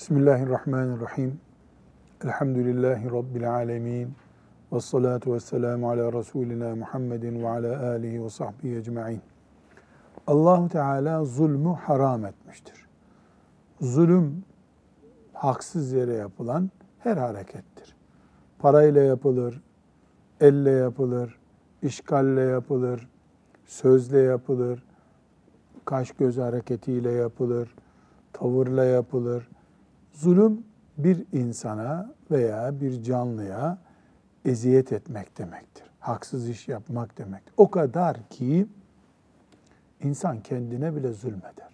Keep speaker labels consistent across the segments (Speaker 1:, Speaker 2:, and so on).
Speaker 1: Bismillahirrahmanirrahim. Elhamdülillahi Rabbil alemin. Vessalatu vesselamu ala Resulina Muhammedin ve ala alihi ve sahbihi ecma'in. Allah-u Teala zulmü haram etmiştir. Zulüm, haksız yere yapılan her harekettir. Parayla yapılır, elle yapılır, işgalle yapılır, sözle yapılır, kaş göz hareketiyle yapılır, tavırla yapılır. Zulüm bir insana veya bir canlıya eziyet etmek demektir. Haksız iş yapmak demek. O kadar ki insan kendine bile zulmeder.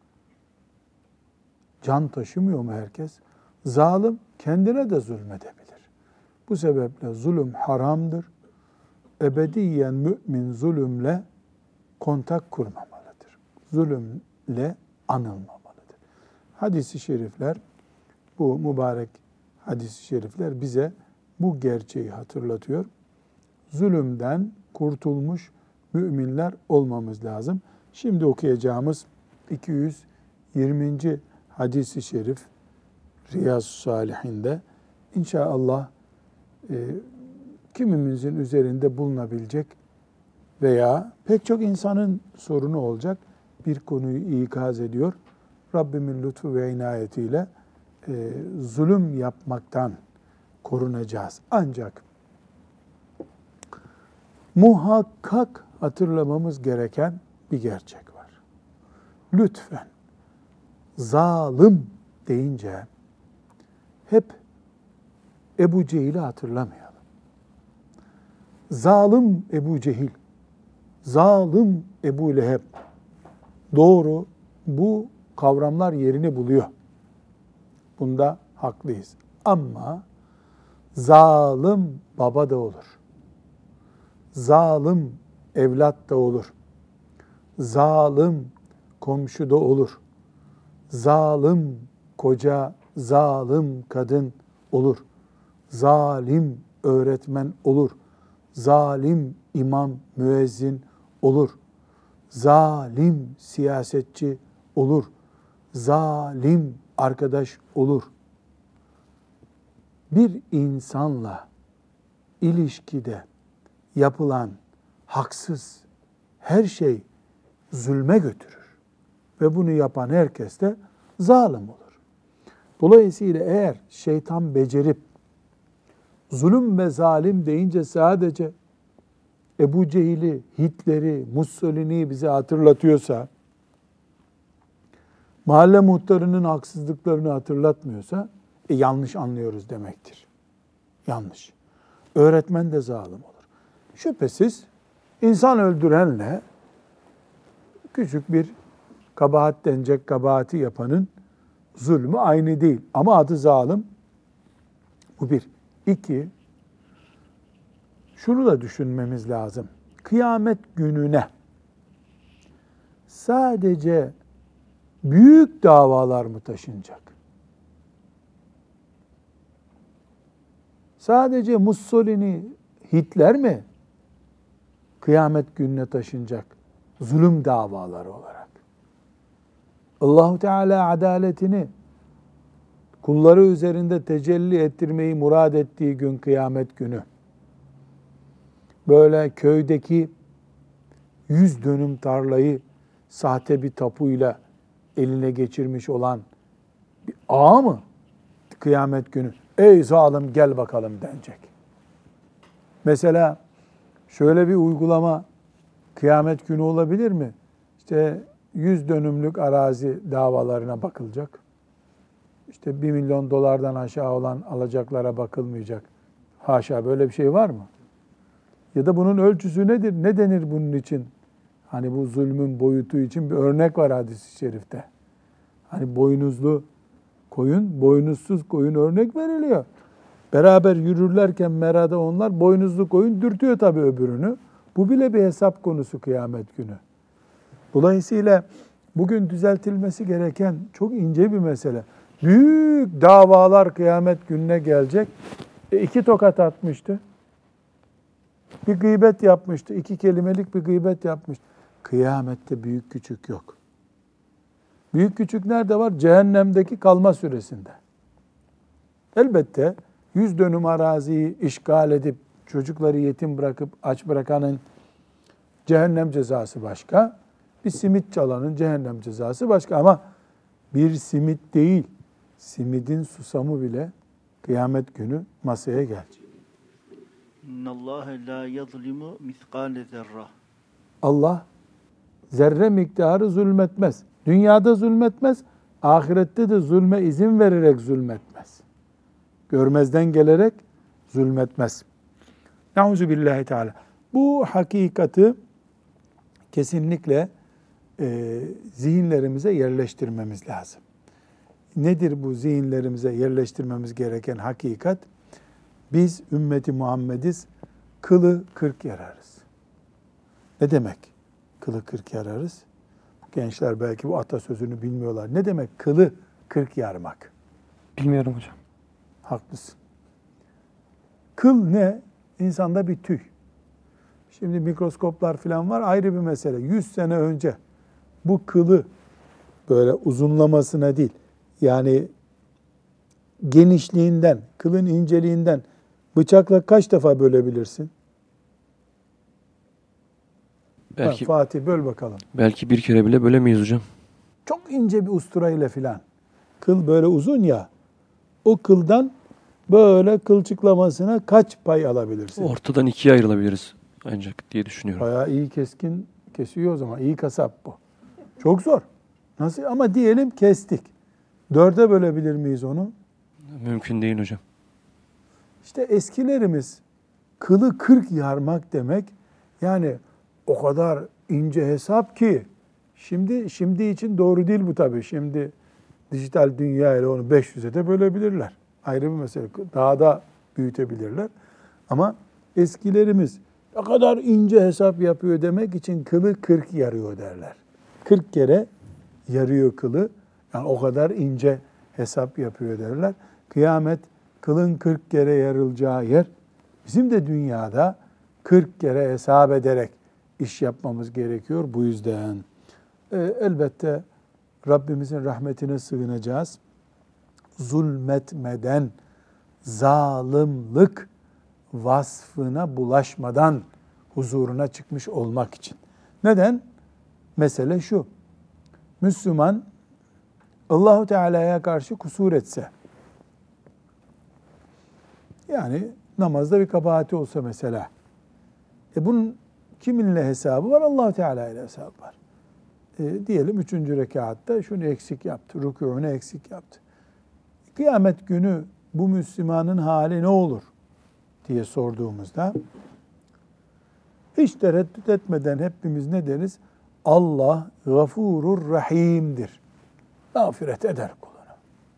Speaker 1: Can taşımıyor mu herkes? Zalim kendine de zulmedebilir. Bu sebeple zulüm haramdır. Ebediyen mümin zulümle kontak kurmamalıdır. Zulümle anılmamalıdır. Hadis-i şerifler, bu mübarek hadis-i şerifler bize bu gerçeği hatırlatıyor. Zulümden kurtulmuş müminler olmamız lazım. Şimdi okuyacağımız 220. hadis-i şerif Riyazu Salihinde inşallah kimimizin üzerinde bulunabilecek veya pek çok insanın sorunu olacak bir konuyu ikaz ediyor. Rabbimin lütfu ve inayetiyle zulüm yapmaktan korunacağız. Ancak muhakkak hatırlamamız gereken bir gerçek var. Lütfen zalim deyince hep Ebu Cehil'i hatırlamayalım. Zalim Ebu Cehil, zalim Ebu Leheb. Doğru, bu kavramlar yerini buluyor. Bunda haklıyız. Ama zalim baba da olur. Zalim evlat da olur. Zalim komşu da olur. Zalim koca, zalim kadın olur. Zalim öğretmen olur. Zalim imam, müezzin olur. Zalim siyasetçi olur. Zalim arkadaş olur. Bir insanla ilişkide yapılan haksız her şey zulme götürür. Ve bunu yapan herkes de zalim olur. Dolayısıyla eğer şeytan becerip zulüm ve zalim deyince sadece Ebu Cehil'i, Hitler'i, Mussolini'yi bize hatırlatıyorsa, mahalle muhtarının haksızlıklarını hatırlatmıyorsa yanlış anlıyoruz demektir. Yanlış. Öğretmen de zalim olur. Şüphesiz insan öldürenle küçük bir kabahat denecek kabahati yapanın zulmü aynı değil. Ama adı zalim. Bu bir. İki, şunu da düşünmemiz lazım. Kıyamet gününe sadece büyük davalar mı taşınacak? Sadece Mussolini, Hitler mi kıyamet gününe taşınacak? Zulüm davaları olarak. Allah-u Teala adaletini kulları üzerinde tecelli ettirmeyi murad ettiği gün kıyamet günü. Böyle köydeki 100 dönüm tarlayı sahte bir tapuyla eline geçirmiş olan bir ağa mı kıyamet günü ey zalim gel bakalım denecek. Mesela şöyle bir uygulama kıyamet günü olabilir mi? İşte 100 dönümlük arazi davalarına bakılacak. İşte 1 milyon dolardan aşağı olan alacaklara bakılmayacak. Haşa, böyle bir şey var mı? Ya da bunun ölçüsü nedir? Ne denir bunun için? Hani bu zulmün boyutu için bir örnek var hadis-i şerifte. Hani boynuzlu koyun, boynuzsuz koyun örnek veriliyor. Beraber yürürlerken merada onlar boynuzlu koyun dürtüyor tabii öbürünü. Bu bile bir hesap konusu kıyamet günü. Dolayısıyla bugün düzeltilmesi gereken çok ince bir mesele. Büyük davalar kıyamet gününe gelecek. 2 tokat atmıştı. Bir gıybet yapmıştı. 2 kelimelik bir gıybet yapmıştı. Kıyamette büyük küçük yok. Büyük küçük nerede var? Cehennemdeki kalma süresinde. Elbette 100 dönüm araziyi işgal edip çocukları yetim bırakıp aç bırakanın cehennem cezası başka. Bir simit çalanın cehennem cezası başka ama bir simit değil, simidin susamı bile kıyamet günü masaya gelecek.
Speaker 2: İnnallâhe lâ yazlimu miskâle zerra.
Speaker 1: Allah zerre miktarı zulmetmez. Dünyada zulmetmez, ahirette de zulme izin vererek zulmetmez. Görmezden gelerek zulmetmez. Nauzu billahi teala. Bu hakikati kesinlikle zihinlerimize yerleştirmemiz lazım. Nedir bu zihinlerimize yerleştirmemiz gereken hakikat? Biz ümmeti Muhammediz, kılı 40 yararız. Ne demek kılı 40 yararız? Gençler belki bu atasözünü bilmiyorlar. Ne demek kılı 40 yarmak?
Speaker 3: Bilmiyorum hocam.
Speaker 1: Haklısın. Kıl ne? İnsanda bir tüy. Şimdi mikroskoplar falan var, ayrı bir mesele. 100 sene önce bu kılı böyle uzunlamasına değil, yani genişliğinden, kılın inceliğinden bıçakla kaç defa bölebilirsin?
Speaker 3: Belki
Speaker 1: Fatih böl bakalım.
Speaker 3: belki bir kere bile bölemeyiz hocam.
Speaker 1: Çok ince bir usturayla filan. Kıl böyle uzun ya, o kıldan böyle kılçıklamasına kaç pay alabilirsin?
Speaker 3: Ortadan ikiye ayrılabiliriz ancak diye düşünüyorum.
Speaker 1: Bayağı iyi keskin kesiyor o zaman. İyi kasap bu. Çok zor. Nasıl? Ama diyelim kestik. 4'e bölebilir miyiz onu?
Speaker 3: Mümkün değil hocam.
Speaker 1: İşte eskilerimiz kılı 40 yarmak demek, yani o kadar ince hesap ki şimdi için doğru değil bu tabii. Şimdi dijital dünya ile onu 500'e de bölebilirler. Ayrı bir mesele. Daha da büyütebilirler. Ama eskilerimiz ne kadar ince hesap yapıyor demek için kılı 40 yarıyor derler. 40 kere yarıyor kılı. Yani o kadar ince hesap yapıyor derler. Kıyamet kılın 40 kere yarılacağı yer. Bizim de dünyada 40 kere hesap ederek iş yapmamız gerekiyor bu yüzden. Elbette Rabbimizin rahmetine sığınacağız. Zulmetmeden, zalimlik vasfına bulaşmadan huzuruna çıkmış olmak için. Neden? Mesele şu. Müslüman Allahu Teala'ya karşı kusur etse, yani namazda bir kabahati olsa mesela, bunun kiminle hesabı var? Allah Teala ile hesabı var. Diyelim 3. rekatta şunu eksik yaptı, rükûunu eksik yaptı. Kıyamet günü bu Müslümanın hali ne olur diye sorduğumuzda, hiç tereddüt etmeden hepimiz ne deriz? Allah gafurur rahim'dir. Mağfiret eder kuluna.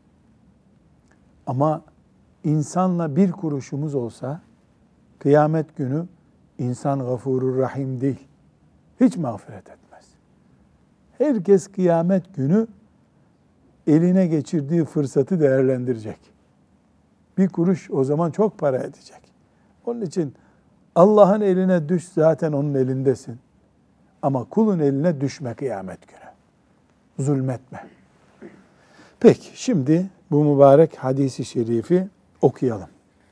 Speaker 1: Ama insanla bir kuruşumuz olsa, kıyamet günü insan gafurur rahim değil. Hiç mağfiret etmez. Herkes kıyamet günü eline geçirdiği fırsatı değerlendirecek. Bir kuruş o zaman çok para edecek. Onun için Allah'ın eline düş, zaten onun elindesin. Ama kulun eline düşme kıyamet günü. Zulmetme. Peki şimdi bu mübarek hadisi şerifi okuyalım.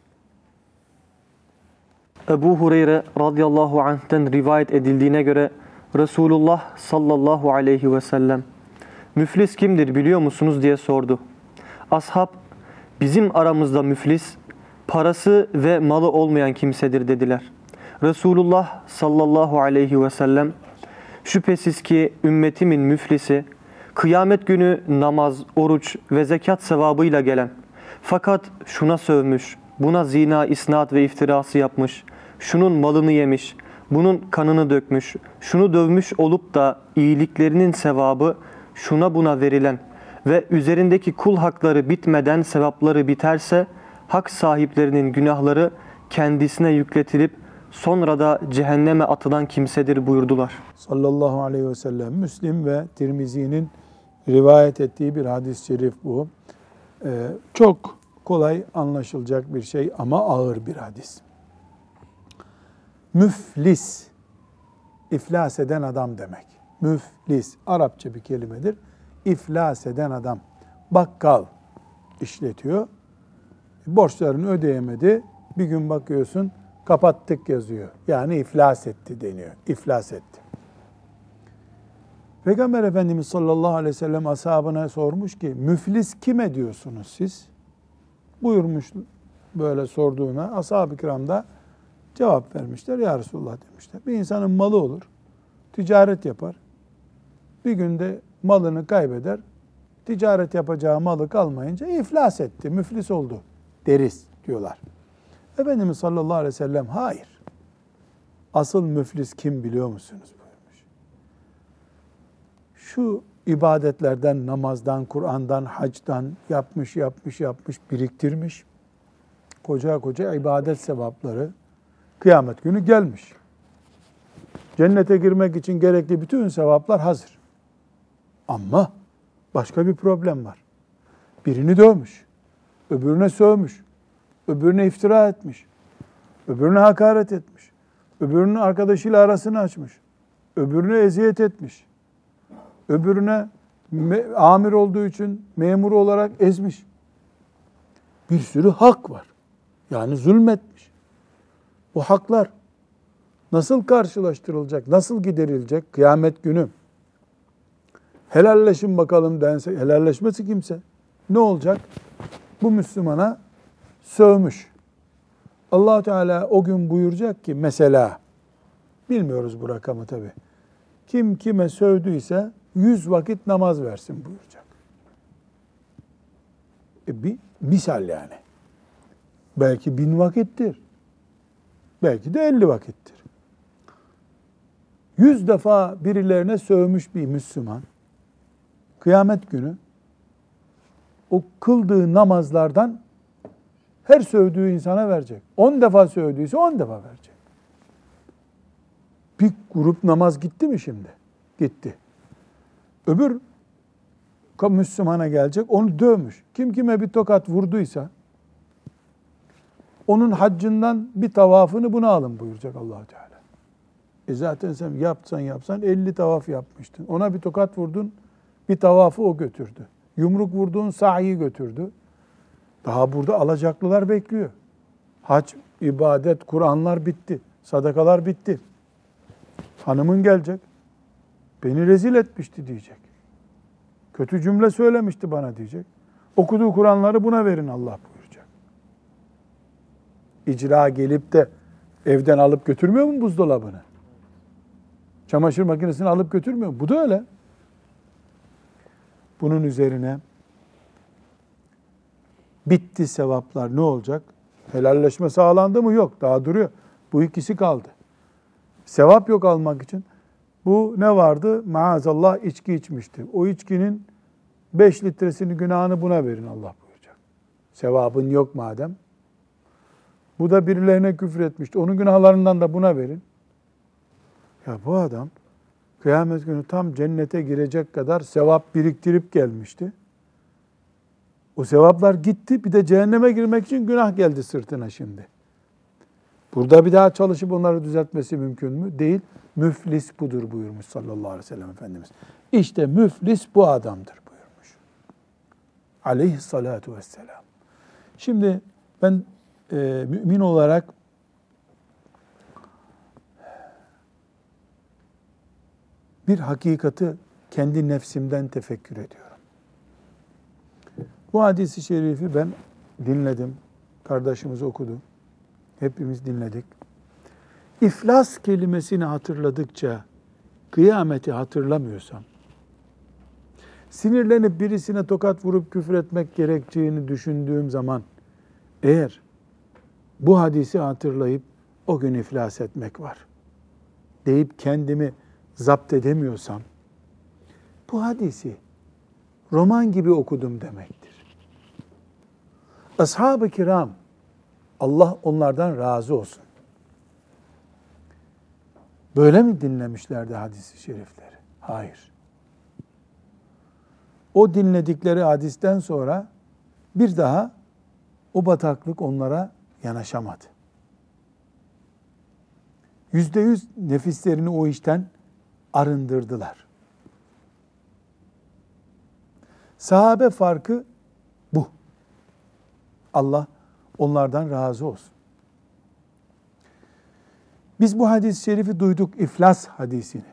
Speaker 4: Ebu Hureyre radıyallahu anh'ten rivayet edildiğine göre Resulullah sallallahu aleyhi ve sellem müflis kimdir biliyor musunuz diye sordu. Ashab bizim aramızda müflis parası ve malı olmayan kimsedir dediler. Resulullah sallallahu aleyhi ve sellem şüphesiz ki ümmetimin müflisi kıyamet günü namaz, oruç ve zekat sevabıyla gelen fakat şuna sövmüş, buna zina, isnat ve iftirası yapmış, şunun malını yemiş, bunun kanını dökmüş, şunu dövmüş olup da iyiliklerinin sevabı şuna buna verilen ve üzerindeki kul hakları bitmeden sevapları biterse hak sahiplerinin günahları kendisine yükletilip sonra da cehenneme atılan kimsedir buyurdular.
Speaker 1: Sallallahu aleyhi ve sellem. Müslim ve Tirmizi'nin rivayet ettiği bir hadis-i şerif bu. Çok kolay anlaşılacak bir şey ama ağır bir hadis. Müflis, iflas eden adam demek. Müflis, Arapça bir kelimedir. iflas eden adam. Bakkal işletiyor. Borçlarını ödeyemedi. Bir gün bakıyorsun kapattık yazıyor. Yani iflas etti deniyor. İflas etti. Peygamber Efendimiz sallallahu aleyhi ve sellem ashabına sormuş ki müflis kime diyorsunuz siz? Buyurmuş böyle sorduğuna ashab-ı kiram da cevap vermişler. Ya Resulullah demişler. Bir insanın malı olur. Ticaret yapar. Bir günde malını kaybeder. Ticaret yapacağı malı kalmayınca iflas etti, müflis oldu deriz diyorlar. Efendimiz sallallahu aleyhi ve sellem hayır. Asıl müflis kim biliyor musunuz buyurmuş. Şu ibadetlerden, namazdan, Kur'an'dan, hacdan yapmış, biriktirmiş. Koca koca ibadet sevapları kıyamet günü gelmiş. Cennete girmek için gerekli bütün sevaplar hazır. Ama başka bir problem var. Birini dövmüş, öbürüne sövmüş, öbürüne iftira etmiş, öbürüne hakaret etmiş, öbürünün arkadaşıyla arasını açmış, öbürüne eziyet etmiş, öbürüne amir olduğu için memur olarak ezmiş. Bir sürü hak var. Yani zulmetmiş. Bu haklar nasıl karşılaştırılacak, nasıl giderilecek kıyamet günü? Helalleşin bakalım dense, helalleşmesi kimse. Ne olacak? Bu Müslümana sövmüş. Allah Teala o gün buyuracak ki mesela, bilmiyoruz bu rakamı tabii. Kim kime sövdüyse 100 vakit namaz versin buyuracak. Bir misal yani. Belki 1000 vakittir. Belki de 50 vakittir. 100 defa birilerine sövmüş bir Müslüman, kıyamet günü o kıldığı namazlardan her sövdüğü insana verecek. 10 defa sövdüyse 10 defa verecek. Bir grup namaz gitti mi şimdi? Gitti. Öbür Müslümana gelecek, onu dövmüş. Kim kime bir tokat vurduysa onun haccından bir tavafını buna alın buyuracak Allah Teala. Zaten sen yapsan 50 tavaf yapmıştın. Ona bir tokat vurdun, bir tavafı o götürdü. Yumruk vurduğun sa'i götürdü. Daha burada alacaklılar bekliyor. Hac, ibadet, Kur'anlar bitti. Sadakalar bitti. Hanımın gelecek. Beni rezil etmişti diyecek. Kötü cümle söylemişti bana diyecek. Okuduğu Kur'anları buna verin Allah buyuracak. İcra gelip de evden alıp götürmüyor mu buzdolabını? Çamaşır makinesini alıp götürmüyor mu? Bu da öyle. Bunun üzerine bitti sevaplar ne olacak? Helalleşme sağlandı mı? Yok. Daha duruyor. Bu ikisi kaldı. Sevap yok almak için. Bu ne vardı? Maazallah içki içmişti. O içkinin 5 litresini günahını buna verin Allah buyuracak. Sevabın yok madem. Bu da birilerine küfür etmişti. Onun günahlarından da buna verin. Ya bu adam kıyamet günü tam cennete girecek kadar sevap biriktirip gelmişti. O sevaplar gitti. Bir de cehenneme girmek için günah geldi sırtına şimdi. Burada bir daha çalışıp onları düzeltmesi mümkün mü? Değil. Müflis budur buyurmuş sallallahu aleyhi ve sellem Efendimiz. İşte müflis bu adamdır buyurmuş. Aleyhissalatu vesselam. Şimdi ben mümin olarak bir hakikati kendi nefsimden tefekkür ediyorum. Bu hadisi şerifi ben dinledim. Kardeşimiz okudu. Hepimiz dinledik. İflas kelimesini hatırladıkça kıyameti hatırlamıyorsam, sinirlenip birisine tokat vurup küfür etmek gerektiğini düşündüğüm zaman eğer bu hadisi hatırlayıp o gün iflas etmek var deyip kendimi zapt edemiyorsam bu hadisi roman gibi okudum demektir. Ashab-ı kiram Allah onlardan razı olsun. Böyle mi dinlemişlerdi hadis-i şerifleri? Hayır. O dinledikleri hadisten sonra bir daha o bataklık onlara yanaşamadı. %100 nefislerini o işten arındırdılar. Sahabe farkı bu. Allah onlardan razı olsun. Biz bu hadis-i şerifi duyduk, İflas hadisini.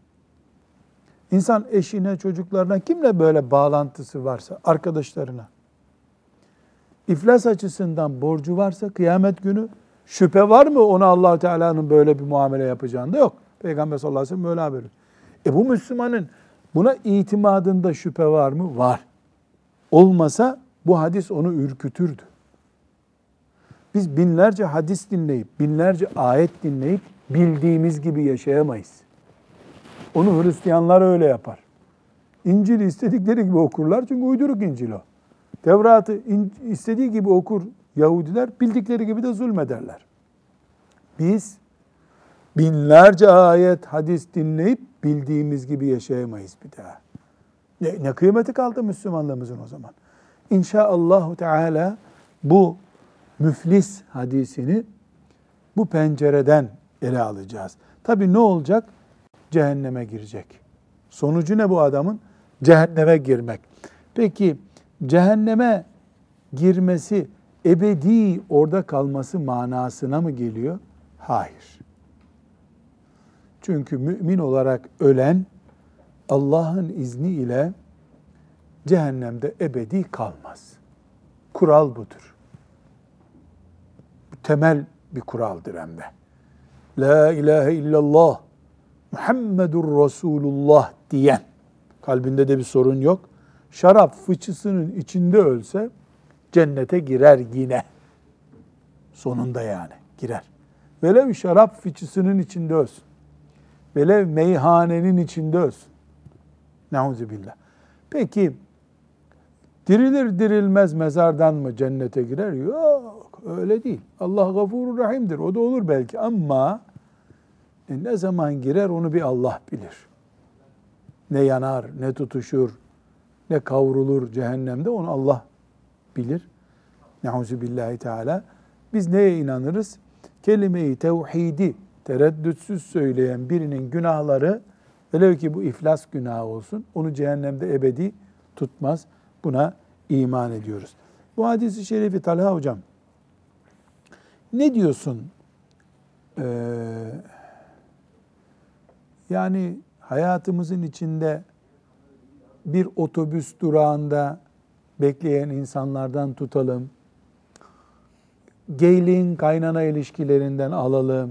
Speaker 1: İnsan eşine, çocuklarına, kimle böyle bağlantısı varsa, arkadaşlarına, İflas açısından borcu varsa kıyamet günü şüphe var mı ona Allah Teala'nın böyle bir muamele yapacağında? Yok. Peygamber sallallahu aleyhi ve sellem böyle haber veriyor. Bu Müslümanın buna itimadında şüphe var mı? Var. Olmasa bu hadis onu ürkütürdü. Biz binlerce hadis dinleyip, binlerce ayet dinleyip bildiğimiz gibi yaşayamayız. Onu Hristiyanlar öyle yapar. İncil'i istedikleri gibi okurlar çünkü uyduruk İncil o. Tevrat'ı istediği gibi okur Yahudiler, bildikleri gibi de zulmederler. Biz binlerce ayet, hadis dinleyip bildiğimiz gibi yaşayamayız bir daha. Ne kıymeti kaldı Müslümanlığımızın o zaman? İnşaallahu Teala bu müflis hadisini bu pencereden ele alacağız. Tabii ne olacak? Cehenneme girecek. Sonucu ne bu adamın? Cehenneme girmek. Peki cehenneme girmesi ebedi orada kalması manasına mı geliyor? Hayır. Çünkü mümin olarak ölen Allah'ın izniyle cehennemde ebedi kalmaz. Kural budur. Bu temel bir kuraldır hem de. La ilahe illallah Muhammedur Resulullah diyen, kalbinde de bir sorun yok, şarap fıçısının içinde ölse cennete girer yine. Sonunda yani girer. Velev şarap fıçısının içinde ölsün. Velev meyhanenin içinde ölsün. Neuzubillah. Peki dirilir dirilmez mezardan mı cennete girer? Yok, öyle değil. Allah Gafurur Rahim'dir. O da olur belki ama ne zaman girer onu bir Allah bilir. Ne yanar, ne tutuşur, ne kavrulur cehennemde onu Allah bilir. Neuzubillahi Teala. Biz neye inanırız? Kelime-i tevhidi tereddütsüz söyleyen birinin günahları, velev ki bu iflas günahı olsun, onu cehennemde ebedi tutmaz. Buna iman ediyoruz. Bu hadis-i şerifi Talha hocam, ne diyorsun? Yani hayatımızın içinde bir otobüs durağında bekleyen insanlardan tutalım, gelin kaynana ilişkilerinden alalım,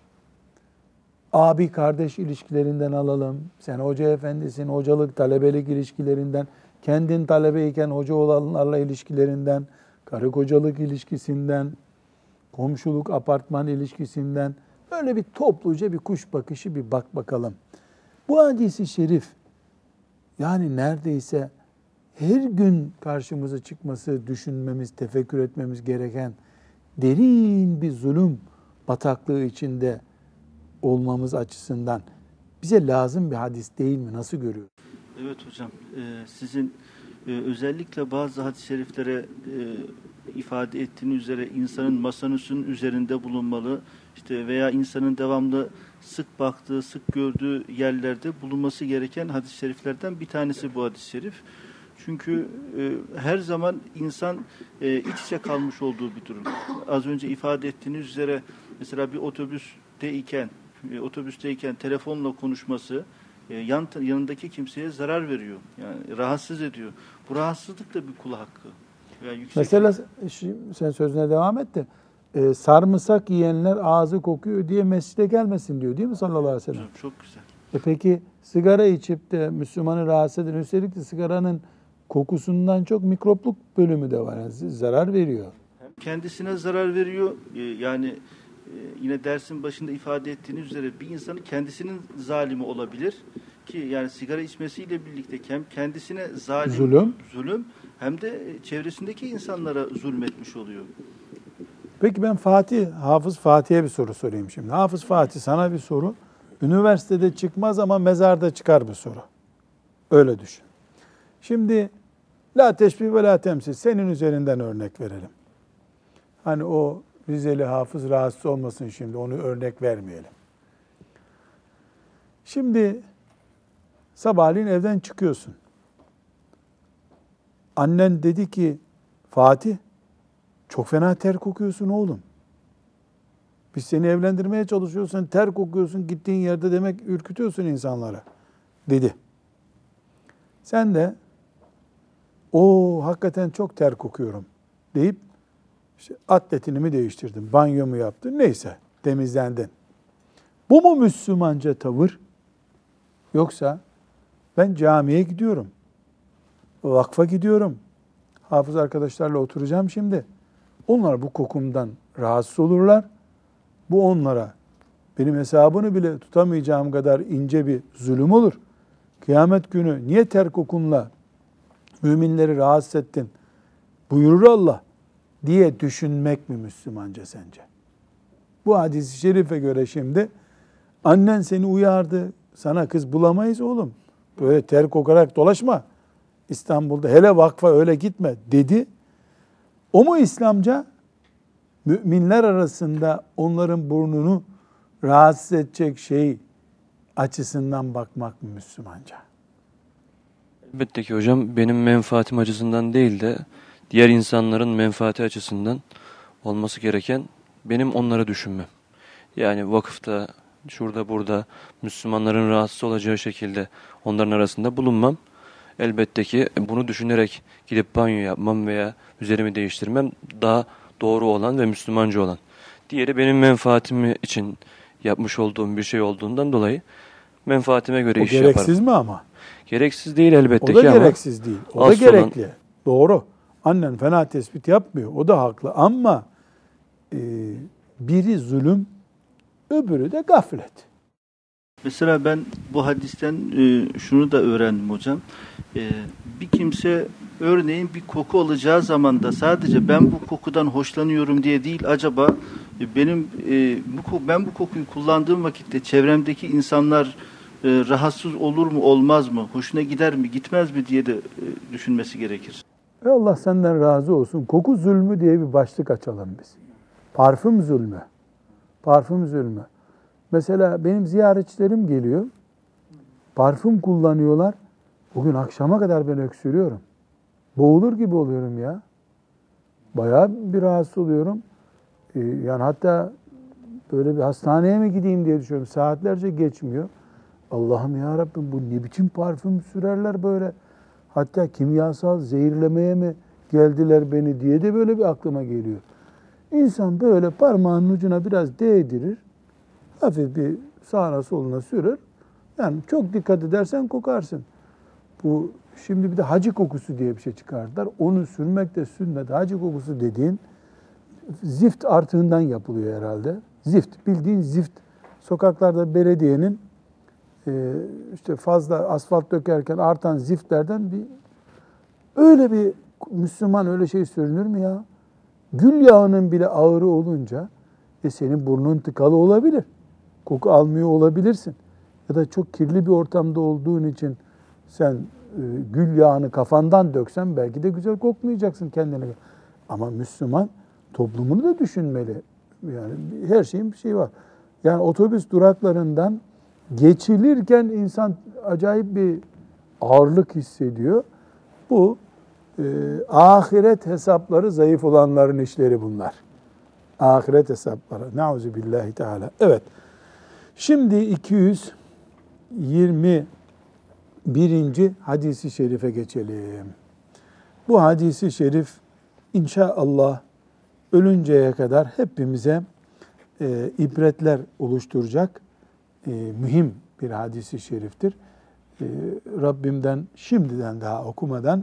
Speaker 1: abi kardeş ilişkilerinden alalım, sen hoca efendisin, hocalık talebelik ilişkilerinden, kendin talebeyken hoca olanlarla ilişkilerinden, karı kocalık ilişkisinden, komşuluk apartman ilişkisinden, böyle bir topluca bir kuş bakışı bir bak bakalım. Bu hadis-i şerif yani neredeyse her gün karşımıza çıkması, düşünmemiz, tefekkür etmemiz gereken derin bir zulüm bataklığı içinde olmamız açısından bize lazım bir hadis değil mi? Nasıl görüyorsunuz?
Speaker 2: Evet hocam, sizin özellikle bazı hadis-i şeriflere ifade ettiğiniz üzere insanın masanın üzerinde bulunmalı, işte veya insanın devamlı sık baktığı, sık gördüğü yerlerde bulunması gereken hadis-i şeriflerden bir tanesi bu hadis-i şerif. Çünkü her zaman insan iç içe kalmış olduğu bir durum. Az önce ifade ettiğiniz üzere mesela bir otobüsteyken telefonla konuşması yanındaki kimseye zarar veriyor. Yani rahatsız ediyor. Bu rahatsızlık da bir kul hakkı. Yani
Speaker 1: Mesela sen sözüne devam et de sarımsak yiyenler ağzı kokuyor diye mescide gelmesin diyor değil mi sallallahu aleyhi ve sellem?
Speaker 2: Çok güzel.
Speaker 1: Peki sigara içip de Müslümanı rahatsız eden, üstelik de sigaranın kokusundan çok mikropluk bölümü de var. Yani zarar veriyor.
Speaker 2: Kendisine zarar veriyor. Yani yine dersin başında ifade ettiğiniz üzere bir insanın kendisinin zalimi olabilir ki yani sigara içmesiyle birlikte hem kendisine zulüm hem de çevresindeki insanlara zulmetmiş oluyor.
Speaker 1: Peki ben Hafız Fatih'e bir soru sorayım şimdi. Hafız Fatih sana bir soru. Üniversitede çıkmaz ama mezarda çıkar bu soru. Öyle düşün. Şimdi la teşbih ve la temsil, senin üzerinden örnek verelim. Hani o Rizeli hafız rahatsız olmasın şimdi, onu örnek vermeyelim. Şimdi sabahleyin evden çıkıyorsun. Annen dedi ki Fatih çok fena ter kokuyorsun oğlum. Biz seni evlendirmeye çalışıyoruz, sen ter kokuyorsun, gittiğin yerde demek ürkütüyorsun insanlara dedi. Sen de o hakikaten çok ter kokuyorum deyip işte atletini mi değiştirdin, banyo mu yaptın, neyse temizlendin. Bu mu Müslümanca tavır? Yoksa ben camiye gidiyorum, vakfa gidiyorum, hafız arkadaşlarla oturacağım şimdi. Onlar bu kokumdan rahatsız olurlar. Bu onlara benim hesabını bile tutamayacağım kadar ince bir zulüm olur. Kıyamet günü niye ter kokunla müminleri rahatsız ettin buyurur Allah diye düşünmek mi Müslümanca sence? Bu hadis-i şerife göre şimdi annen seni uyardı. Sana kız bulamayız oğlum. Böyle ter kokarak dolaşma. İstanbul'da hele vakfa öyle gitme dedi. O mu İslamca? Müminler arasında onların burnunu rahatsız edecek şey açısından bakmak mı Müslümanca?
Speaker 3: Elbette ki hocam benim menfaatim açısından değil de diğer insanların menfaati açısından olması gereken benim onları düşünmem. Yani vakıfta, şurada burada Müslümanların rahatsız olacağı şekilde onların arasında bulunmam. Elbette ki bunu düşünerek gidip banyo yapmam veya üzerimi değiştirmem daha doğru olan ve Müslümanca olan. Diğeri benim menfaatim için yapmış olduğum bir şey olduğundan dolayı menfaatime göre iş yaparım.
Speaker 1: Gereksiz mi ama?
Speaker 3: Gereksiz değil elbette
Speaker 1: O da
Speaker 3: ki ama
Speaker 1: gereksiz değil. O da
Speaker 3: asıl
Speaker 1: gerekli. Doğru. Annen fena tespit yapmıyor. O da haklı. Ama biri zulüm, öbürü de gaflet.
Speaker 2: Mesela ben bu hadisten şunu da öğrendim hocam. Bir kimse örneğin bir koku alacağı zaman da sadece ben bu kokudan hoşlanıyorum diye değil, acaba ben bu kokuyu kullandığım vakitte çevremdeki insanlar rahatsız olur mu olmaz mı, hoşuna gider mi gitmez mi diye de düşünmesi gerekir.
Speaker 1: Allah senden razı olsun. Koku zulmü diye bir başlık açalım biz. Parfüm zulmü. Parfüm zulmü. Mesela benim ziyaretçilerim geliyor. Parfüm kullanıyorlar. Bugün akşama kadar ben öksürüyorum. Boğulur gibi oluyorum ya. Bayağı bir rahatsız oluyorum. Yani hatta böyle bir hastaneye mi gideyim diye düşünüyorum. Saatlerce geçmiyor. Allah'ım ya Rabbim, bu ne biçim parfüm sürerler böyle. Hatta kimyasal zehirlemeye mi geldiler beni diye de böyle bir aklıma geliyor. İnsan böyle parmağının ucuna biraz değdirir. Hafif bir sağına soluna sürer. Yani çok dikkat edersen kokarsın. Bu şimdi bir de hacı kokusu diye bir şey çıkardılar. Onu sürmek de sünnet. Hacı kokusu dediğin zift artığından yapılıyor herhalde. Zift, bildiğin zift. Sokaklarda belediyenin işte fazla asfalt dökerken artan ziftlerden öyle bir Müslüman öyle şey sürünür mü ya? Gül yağının bile ağırı olunca senin burnun tıkalı olabilir. Koku almıyor olabilirsin. Ya da çok kirli bir ortamda olduğun için sen gül yağını kafandan döksen belki de güzel kokmayacaksın kendine. Ama Müslüman toplumunu da düşünmeli. Yani her şeyin bir şeyi var. Yani otobüs duraklarından geçilirken insan acayip bir ağırlık hissediyor. Bu ahiret hesapları zayıf olanların işleri bunlar. Ahiret hesapları. Nauzubillahi teala. Evet. Şimdi 221. hadisi şerife geçelim. Bu hadisi şerif inşallah ölünceye kadar hepimize ibretler oluşturacak mühim bir hadisi şeriftir. Rabbimden şimdiden daha okumadan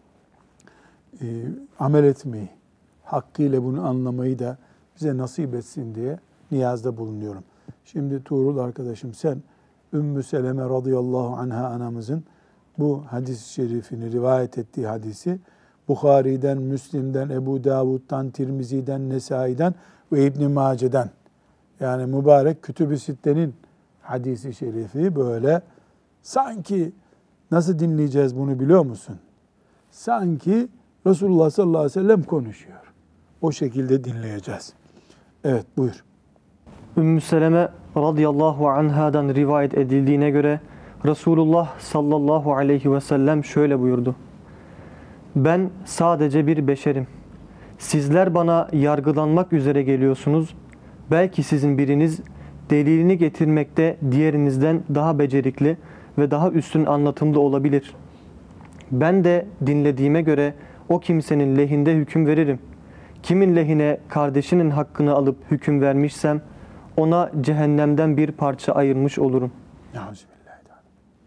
Speaker 1: amel etmeyi, hakkıyla bunu anlamayı da bize nasip etsin diye niyazda bulunuyorum. Şimdi Tuğrul arkadaşım, sen Ümmü Seleme radıyallahu anha anamızın bu hadis-i şerifini rivayet ettiği hadisi Bukhari'den, Müslim'den, Ebu Davud'dan, Tirmizi'den, Nesai'den ve İbn-i Mace'den, yani mübarek Kütüb-i Sitte'nin hadisi şerifi böyle sanki, nasıl dinleyeceğiz bunu biliyor musun? Sanki Resulullah sallallahu aleyhi ve sellem konuşuyor. O şekilde dinleyeceğiz. Evet, buyur.
Speaker 4: Ümmü Seleme radıyallahu anhadan rivayet edildiğine göre Resulullah sallallahu aleyhi ve sellem şöyle buyurdu. Ben sadece bir beşerim. Sizler bana yargılanmak üzere geliyorsunuz. Belki sizin biriniz delilini getirmekte diğerinizden daha becerikli ve daha üstün anlatımda olabilir. Ben de dinlediğime göre o kimsenin lehinde hüküm veririm. Kimin lehine kardeşinin hakkını alıp hüküm vermişsem ona cehennemden bir parça ayırmış olurum.
Speaker 1: Euzubillahimineşşeytanirracim.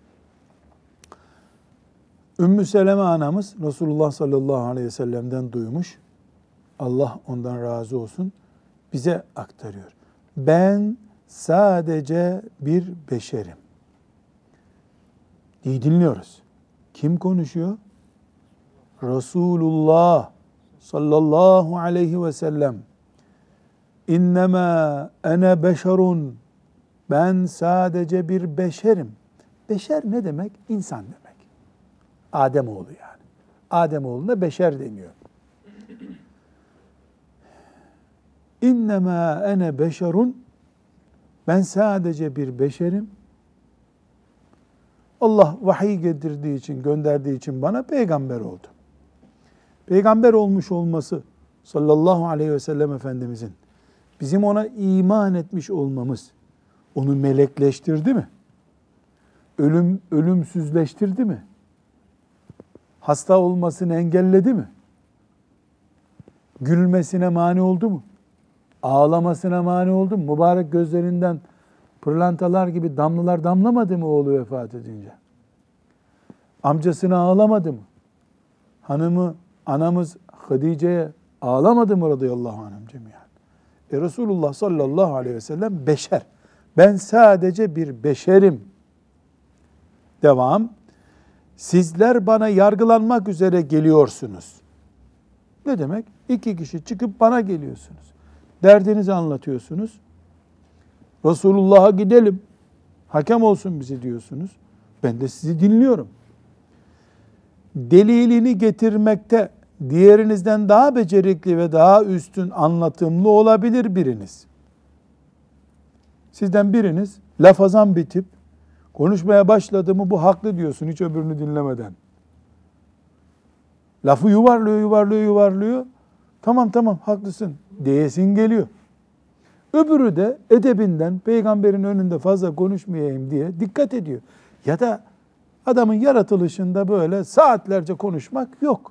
Speaker 1: Ümmü Seleme anamız Resulullah sallallahu aleyhi ve sellem'den duymuş. Allah ondan razı olsun. Bize aktarıyor. Ben sadece bir beşerim. İyi dinliyoruz. Kim konuşuyor? Resulullah sallallahu aleyhi ve sellem. İnnemâ ene beşerun. Ben sadece bir beşerim. Beşer ne demek? İnsan demek. Ademoğlu yani. Ademoğluna beşer deniyor. İnnemâ ene beşerun. Ben sadece bir beşerim. Allah vahiy getirdiği için, gönderdiği için bana peygamber oldu. Peygamber olmuş olması sallallahu aleyhi ve sellem Efendimizin bizim ona iman etmiş olmamız onu melekleştirdi mi? Ölümsüzleştirdi mi? Hasta olmasını engelledi mi? Gülmesine mani oldu mu? Ağlamasına mani oldu mu? Mübarek gözlerinden pırlantalar gibi damlalar damlamadı mı oğlu vefat edince? Amcasına ağlamadı mı? Hanımı, anamız Hadice'ye ağlamadı mı radıyallahu anh cemiyen? Resulullah sallallahu aleyhi ve sellem beşer. Ben sadece bir beşerim. Devam. Sizler bana yargılanmak üzere geliyorsunuz. Ne demek? 2 kişi çıkıp bana geliyorsunuz. Derdinizi anlatıyorsunuz. Resulullah'a gidelim. Hakem olsun bizi diyorsunuz. Ben de sizi dinliyorum. Delilini getirmekte diğerinizden daha becerikli ve daha üstün anlatımlı olabilir biriniz. Sizden biriniz lafazan bir tip, konuşmaya başladı mı bu haklı diyorsun hiç öbürünü dinlemeden. Lafı yuvarlıyor. Tamam haklısın diyesin geliyor. Öbürü de edebinden peygamberin önünde fazla konuşmayayım diye dikkat ediyor. Ya da adamın yaratılışında böyle saatlerce konuşmak yok.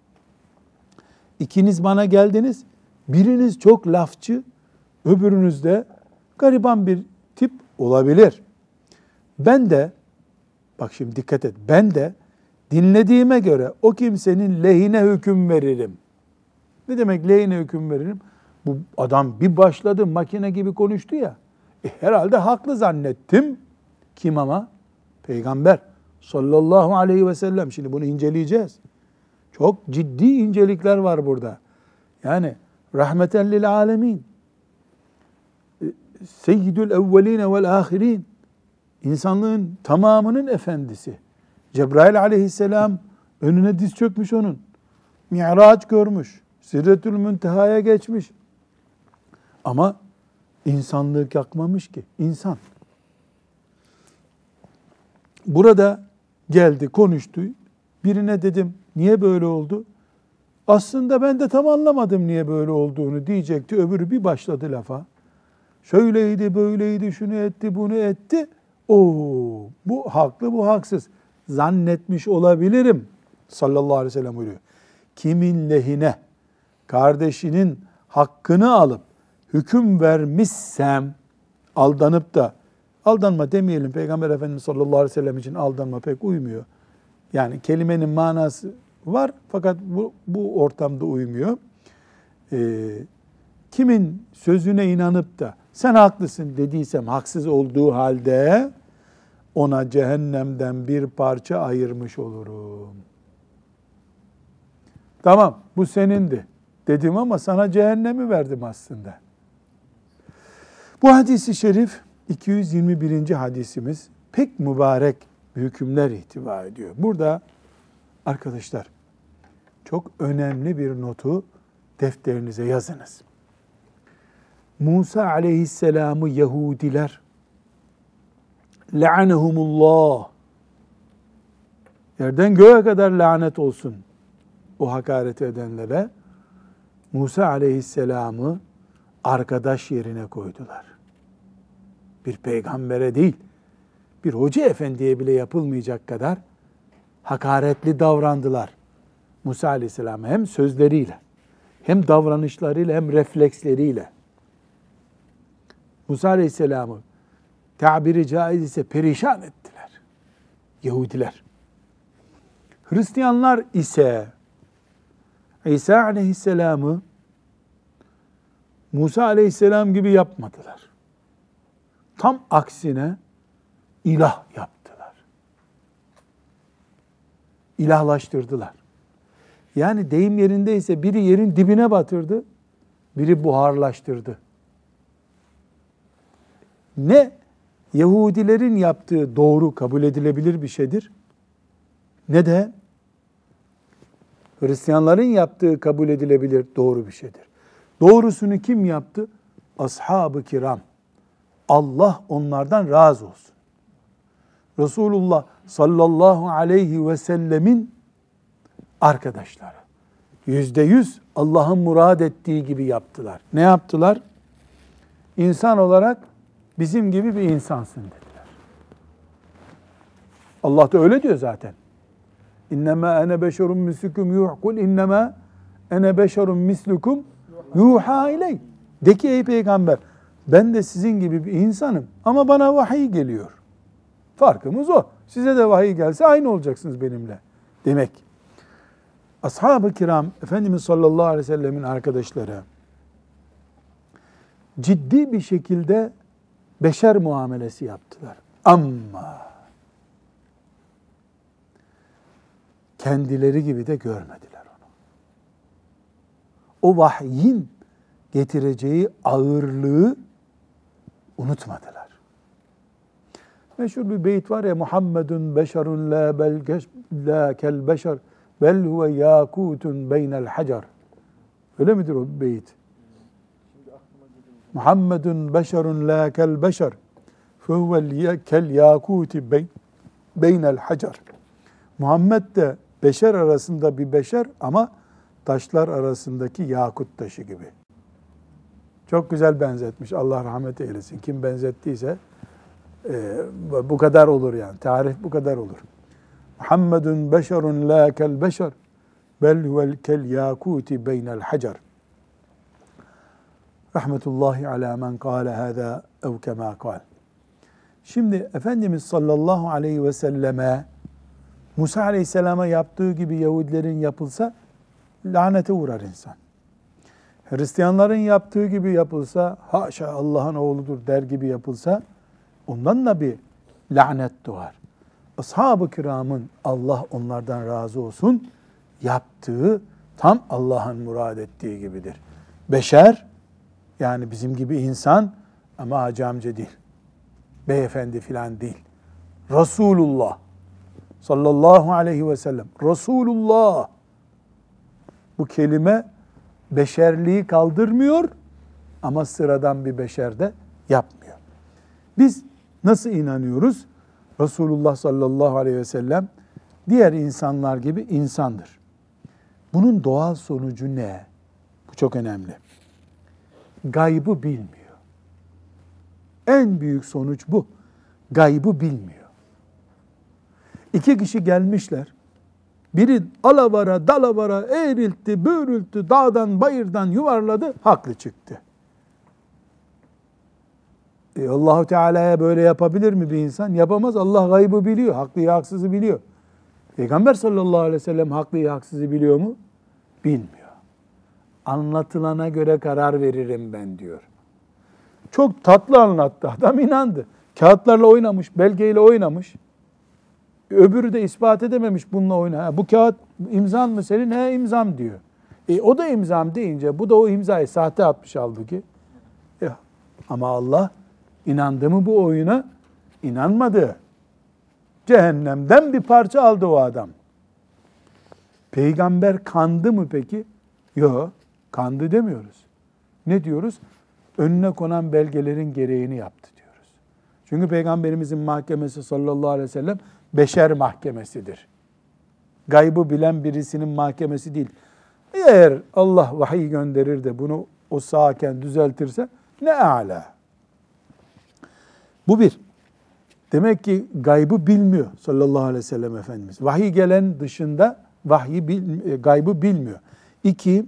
Speaker 1: İkiniz bana geldiniz, biriniz çok lafçı, öbürünüz de gariban bir tip olabilir. Ben de, bak şimdi dikkat et, ben de dinlediğime göre o kimsenin lehine hüküm veririm. Ne demek lehine hüküm veririm? Bu adam bir başladı makine gibi konuştu ya, herhalde haklı zannettim. Kim ama? Peygamber sallallahu aleyhi ve sellem. Şimdi bunu inceleyeceğiz. Çok ciddi incelikler var burada. Yani rahmeten lil alemin. Seyyidül evveline vel ahirin. İnsanlığın tamamının efendisi. Cebrail aleyhisselam önüne diz çökmüş onun. Mi'raç görmüş. Sidretül Münteha'ya geçmiş. Ama insanlık yakmamış ki. İnsan. Burada geldi, konuştu. Birine dedim, niye böyle oldu? Aslında ben de tam anlamadım niye böyle olduğunu diyecekti. Öbürü bir başladı lafa. Şöyleydi, böyleydi, şunu etti, bunu etti. Oo, bu haklı, bu haksız. Zannetmiş olabilirim. Sallallahu aleyhi ve sellem buyuruyor. Kimin lehine kardeşinin hakkını alıp hüküm vermişsem, aldanıp da, aldanma demeyelim, Peygamber Efendimiz sallallahu aleyhi ve sellem için aldanma pek uymuyor. Yani kelimenin manası var fakat bu ortamda uymuyor. Kimin sözüne inanıp da sen haklısın dediysem haksız olduğu halde ona cehennemden bir parça ayırmış olurum. Tamam bu senindi dedim ama sana cehennemi verdim aslında. Bu hadis-i şerif 221. hadisimiz pek mübarek hükümler ihtiva ediyor. Burada arkadaşlar çok önemli bir notu defterinize yazınız. Musa aleyhisselamı Yahudiler la'anehumullah, yerden göğe kadar lanet olsun o hakaret edenlere Musa aleyhisselamı arkadaş yerine koydular. Bir peygambere değil, bir hoca efendiye bile yapılmayacak kadar hakaretli davrandılar. Musa aleyhisselam hem sözleriyle, hem davranışlarıyla, hem refleksleriyle. Musa aleyhisselamı tabiri caiz ise perişan ettiler Yahudiler. Hristiyanlar ise İsa aleyhisselamı Musa aleyhisselam gibi yapmadılar. Tam aksine ilah yaptılar. İlahlaştırdılar. Yani deyim yerindeyse biri yerin dibine batırdı, biri buharlaştırdı. Ne Yahudilerin yaptığı doğru, kabul edilebilir bir şeydir, ne de Hristiyanların yaptığı kabul edilebilir doğru bir şeydir. Doğrusunu kim yaptı? Ashab-ı kiram. Allah onlardan razı olsun. Resulullah sallallahu aleyhi ve sellemin arkadaşları. %100 Allah'ın murad ettiği gibi yaptılar. Ne yaptılar? İnsan olarak bizim gibi bir insansın dediler. Allah da öyle diyor zaten. İnnemâ ene beşerun mislukum yuhkul innemâ ene beşerun mislukum yuhâ iley. De ki ey peygamber, ben de sizin gibi bir insanım ama bana vahiy geliyor. Farkımız o. Size de vahiy gelse aynı olacaksınız benimle demek. Ashab-ı kiram, Efendimiz sallallahu aleyhi ve sellemin arkadaşları ciddi bir şekilde beşer muamelesi yaptılar. Ama kendileri gibi de görmediler onu. O vahyin getireceği ağırlığı unutmadılar. Meşhur bir beyt var ya, Muhammedun beşerun la kel beşer bel huve yakutun beynel hacer. Öyle midir o beyt? Muhammedun beşerun la kel beşer fehuve kel yakuti beynel hacer. Muhammed de beşer arasında bir beşer ama taşlar arasındaki yakut taşı gibi. Çok güzel benzetmiş. Allah rahmet eylesin. Kim benzettiyse bu kadar olur yani. Tarif bu kadar olur. Muhammedun beşerun la kel beşer bel huvel kel yakuti beynel hacer. Rahmetullahi ala men kâle hâzâ ev kemâ kâl. Şimdi Efendimiz sallallahu aleyhi ve selleme Musa aleyhisselama yaptığı gibi Yahudilerin yapılsa lanete uğrar insan. Hristiyanların yaptığı gibi yapılsa, haşa Allah'ın oğludur der gibi yapılsa, ondan da bir lanet doğar. Ashab-ı kiramın, Allah onlardan razı olsun, yaptığı tam Allah'ın murad ettiği gibidir. Beşer, yani bizim gibi insan ama hacı amca değil, beyefendi filan değil. Resulullah sallallahu aleyhi ve sellem, Resulullah, bu kelime beşerliği kaldırmıyor ama sıradan bir beşer de yapmıyor. Biz nasıl inanıyoruz? Resulullah sallallahu aleyhi ve sellem diğer insanlar gibi insandır. Bunun doğal sonucu ne? Bu çok önemli. Gaybı bilmiyor. En büyük sonuç bu. Gaybı bilmiyor. İki kişi gelmişler. Biri alavara dalavara eğriltti, böğrülttü, dağdan bayırdan yuvarladı, haklı çıktı. Allah-u Teala'ya böyle yapabilir mi bir insan? Yapamaz. Allah gaybı biliyor, haklıyı haksızı biliyor. Peygamber sallallahu aleyhi ve sellem haklıyı haksızı biliyor mu? Bilmiyor. Anlatılana göre karar veririm ben diyor. Çok tatlı anlattı. Adam inandı. Kağıtlarla oynamış, belgeyle oynamış. Öbürü de ispat edememiş bununla oyna. Bu kağıt imzan mı senin? He, imzam diyor. O da imzam deyince bu da o imzayı sahte atmış halbuki. Ama Allah inandı mı bu oyuna? İnanmadı. Cehennemden bir parça aldı o adam. Peygamber kandı mı peki? Yok, kandı demiyoruz. Ne diyoruz? Önüne konan belgelerin gereğini yaptı diyoruz. Çünkü Peygamberimizin mahkemesi sallallahu aleyhi ve sellem beşer mahkemesidir. gaybı bilen birisinin mahkemesi değil. Eğer Allah vahiy gönderir de bunu o sağken düzeltirse ne âlâ. Bu bir. Demek ki gaybı bilmiyor sallallahu aleyhi ve sellem Efendimiz. Vahiy gelen dışında gaybı bilmiyor. İki,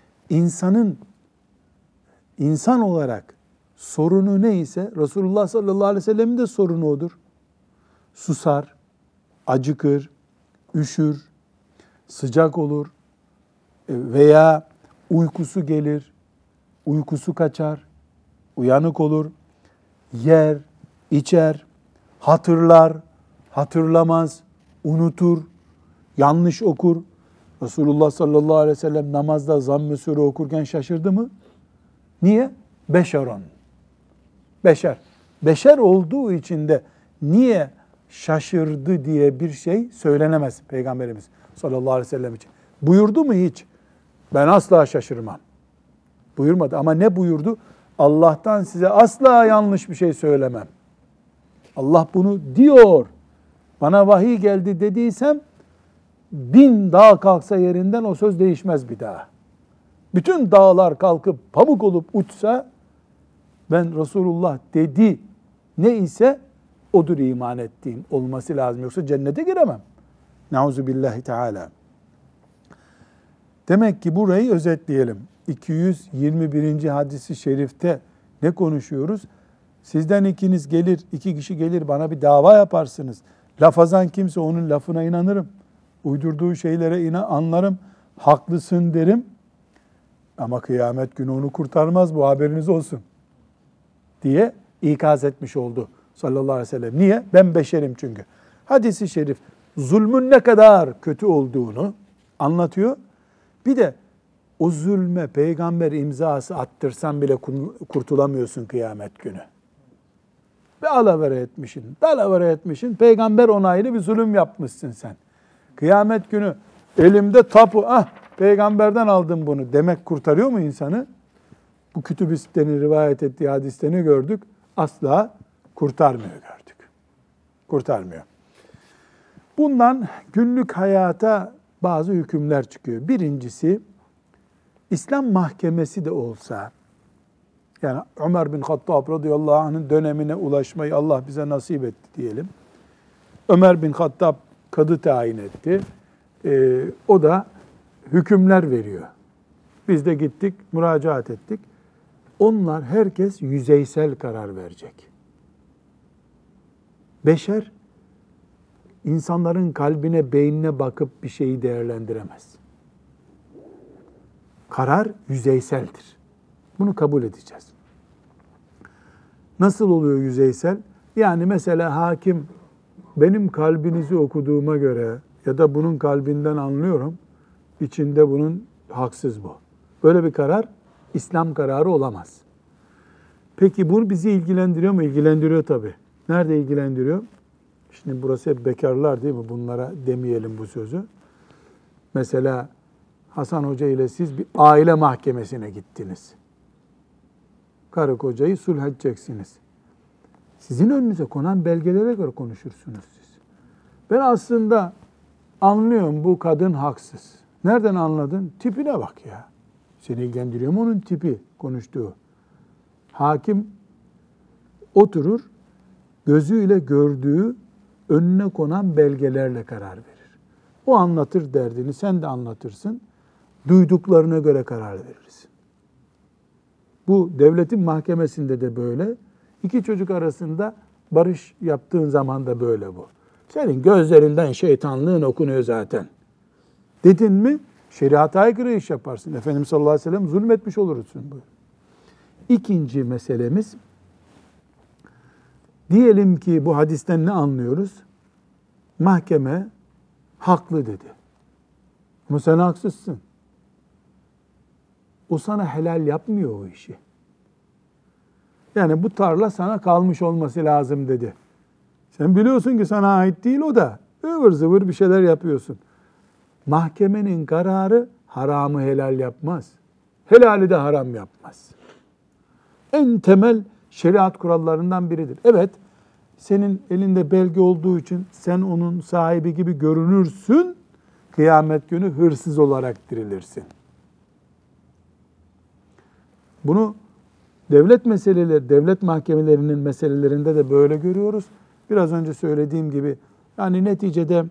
Speaker 1: insan olarak sorunu neyse Resulullah sallallahu aleyhi ve sellem'in de sorunu odur. Susar, acıkır, üşür, sıcak olur veya uykusu gelir, uykusu kaçar, uyanık olur, yer, içer, hatırlar, hatırlamaz, unutur, yanlış okur. Resulullah sallallahu aleyhi ve sellem namazda Zamm-ı Sure okurken şaşırdı mı? Niye? Beşeron. Beşer. Beşer olduğu için de niye şaşırdı diye bir şey söylenemez Peygamberimiz sallallahu aleyhi ve sellem için. Buyurdu mu hiç? Ben asla şaşırmam. Buyurmadı ama ne buyurdu? Allah'tan size asla yanlış bir şey söylemem. Allah bunu diyor. Bana vahiy geldi dediysem 1000 dağ kalksa yerinden o söz değişmez bir daha. Bütün dağlar kalkıp pamuk olup uçsa ben Resulullah dedi ne ise odur iman ettiğim olması lazım. Yoksa cennete giremem. Nauzubillahi Teala. Demek ki burayı özetleyelim. 221. hadisi şerifte ne konuşuyoruz? Sizden ikiniz gelir, 2 kişi gelir bana bir dava yaparsınız. Lafazan kimse onun lafına inanırım. Uydurduğu şeylere anlarım. Haklısın derim. Ama kıyamet günü onu kurtarmaz bu, haberiniz olsun diye ikaz etmiş oldu sallallahu aleyhi ve sellem. Niye? Ben beşerim çünkü. Hadis-i şerif zulmün ne kadar kötü olduğunu anlatıyor. Bir de o zulme peygamber imzası attırsan bile kurtulamıyorsun kıyamet günü. Bir alavere etmişsin, dalavere etmişsin, peygamber onaylı bir zulüm yapmışsın sen. Kıyamet günü elimde tapu, peygamberden aldım bunu demek kurtarıyor mu insanı? Bu Kütüb-i Sitte'nin rivayet ettiği hadiste ne gördük? Asla kurtarmıyor gördük. Kurtarmıyor. Bundan günlük hayata bazı hükümler çıkıyor. Birincisi, İslam mahkemesi de olsa, yani Ömer bin Hattab radıyallahu anh'ın dönemine ulaşmayı Allah bize nasip etti diyelim. Ömer bin Hattab kadı tayin etti. O da hükümler veriyor. Biz de gittik, müracaat ettik. Onlar herkes yüzeysel karar verecek. Beşer, insanların kalbine, beynine bakıp bir şeyi değerlendiremez. Karar yüzeyseldir. Bunu kabul edeceğiz. Nasıl oluyor yüzeysel? Yani mesela hakim, benim kalbinizi okuduğuma göre ya da bunun kalbinden anlıyorum, içinde bunun haksız bu. Böyle bir karar İslam kararı olamaz. Peki bu bizi ilgilendiriyor mu? İlgilendiriyor tabii. Nerede ilgilendiriyor? Şimdi burası hep bekarlar değil mi? Bunlara demeyelim bu sözü. Mesela Hasan Hoca ile siz bir aile mahkemesine gittiniz. Karı kocayı sulh edeceksiniz. Sizin önünüze konan belgelere göre konuşursunuz siz. Ben aslında anlıyorum bu kadın haksız. Nereden anladın? Tipine bak ya. Seni ilgilendiriyor mu onun tipi, konuştuğu? Hakim oturur, gözüyle gördüğü önüne konan belgelerle karar verir. O anlatır derdini, sen de anlatırsın. Duyduklarına göre karar verirsin. Bu devletin mahkemesinde de böyle. 2 çocuk arasında barış yaptığın zaman da böyle bu. Senin gözlerinden şeytanlığın okunuyor zaten. Dedin mi şeriata aykırı iş yaparsın. Efendimiz sallallahu aleyhi ve sellem zulmetmiş olursun. İkinci meselemiz, diyelim ki bu hadisten ne anlıyoruz? Mahkeme haklı dedi. Ama sen haksızsın. O sana helal yapmıyor o işi. Yani bu tarla sana kalmış olması lazım dedi. Sen biliyorsun ki sana ait değil o da. Ivır zıvır bir şeyler yapıyorsun. Mahkemenin kararı haramı helal yapmaz. Helali de haram yapmaz. En temel şeriat kurallarından biridir. Evet, senin elinde belge olduğu için sen onun sahibi gibi görünürsün. kıyamet günü hırsız olarak dirilirsin. Bunu devlet meseleleri, devlet mahkemelerinin meselelerinde de böyle görüyoruz. Biraz önce söylediğim gibi yani neticede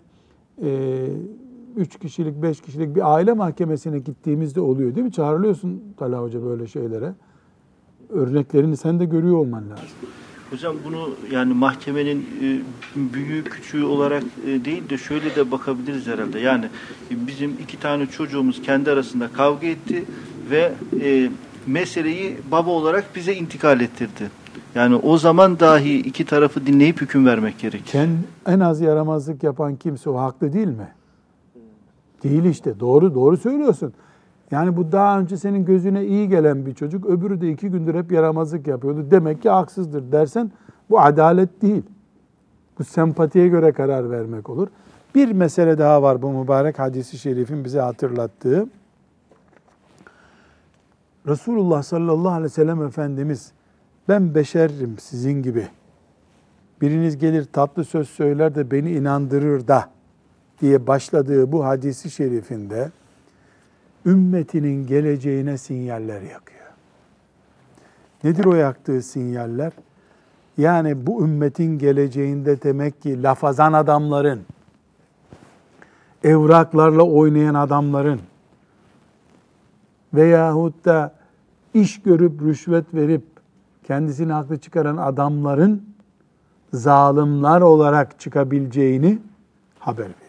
Speaker 1: 3 kişilik, 5 kişilik bir aile mahkemesine gittiğimizde oluyor değil mi? Çağrılıyorsun Talha Hoca böyle şeylere. Örneklerini sen de görüyor olman lazım.
Speaker 2: Hocam bunu yani mahkemenin büyüğü küçüğü olarak değil de şöyle de bakabiliriz herhalde. Yani bizim 2 tane çocuğumuz kendi arasında kavga etti ve meseleyi baba olarak bize intikal ettirdi. Yani o zaman dahi 2 tarafı dinleyip hüküm vermek gerekir.
Speaker 1: En az yaramazlık yapan kimse o haklı değil mi? Değil işte. Doğru söylüyorsun. Yani bu daha önce senin gözüne iyi gelen bir çocuk, öbürü de 2 gündür hep yaramazlık yapıyordu. Demek ki haksızdır dersen bu adalet değil. Bu sempatiye göre karar vermek olur. Bir mesele daha var bu mübarek hadisi şerifin bize hatırlattığı. Resulullah sallallahu aleyhi ve sellem Efendimiz ben beşerim sizin gibi. Biriniz gelir tatlı söz söyler de beni inandırır da diye başladığı bu hadisi şerifinde ümmetinin geleceğine sinyaller yakıyor. Nedir o yaktığı sinyaller? Yani bu ümmetin geleceğinde demek ki lafazan adamların, evraklarla oynayan adamların veyahut da iş görüp rüşvet verip kendisini haklı çıkaran adamların zalimler olarak çıkabileceğini haber veriyor.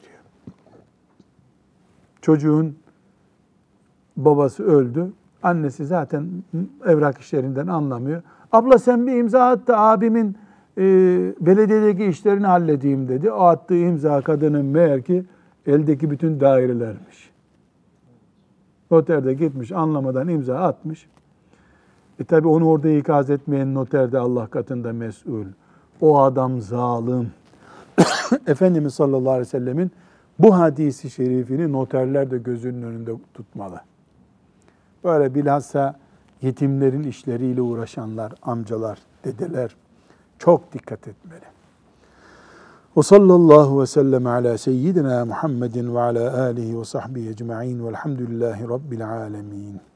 Speaker 1: Çocuğun babası öldü. Annesi zaten evrak işlerinden anlamıyor. Abla sen bir imza at da abimin belediyedeki işlerini halledeyim dedi. O attığı imza kadının meğer ki eldeki bütün dairelermiş. Noterde gitmiş anlamadan imza atmış. Tabi onu orada ikaz etmeyen noter de Allah katında mesul. O adam zalim. Efendimiz sallallahu aleyhi ve sellemin bu hadisi şerifini noterler de gözünün önünde tutmalı. Böyle bilhassa yetimlerin işleriyle uğraşanlar, amcalar, dedeler çok dikkat etmeli. Ve sallallahu ve sellem ala seyyidina Muhammedin ve ala alihi ve sahbihi ecma'in velhamdülillahi rabbil alemin.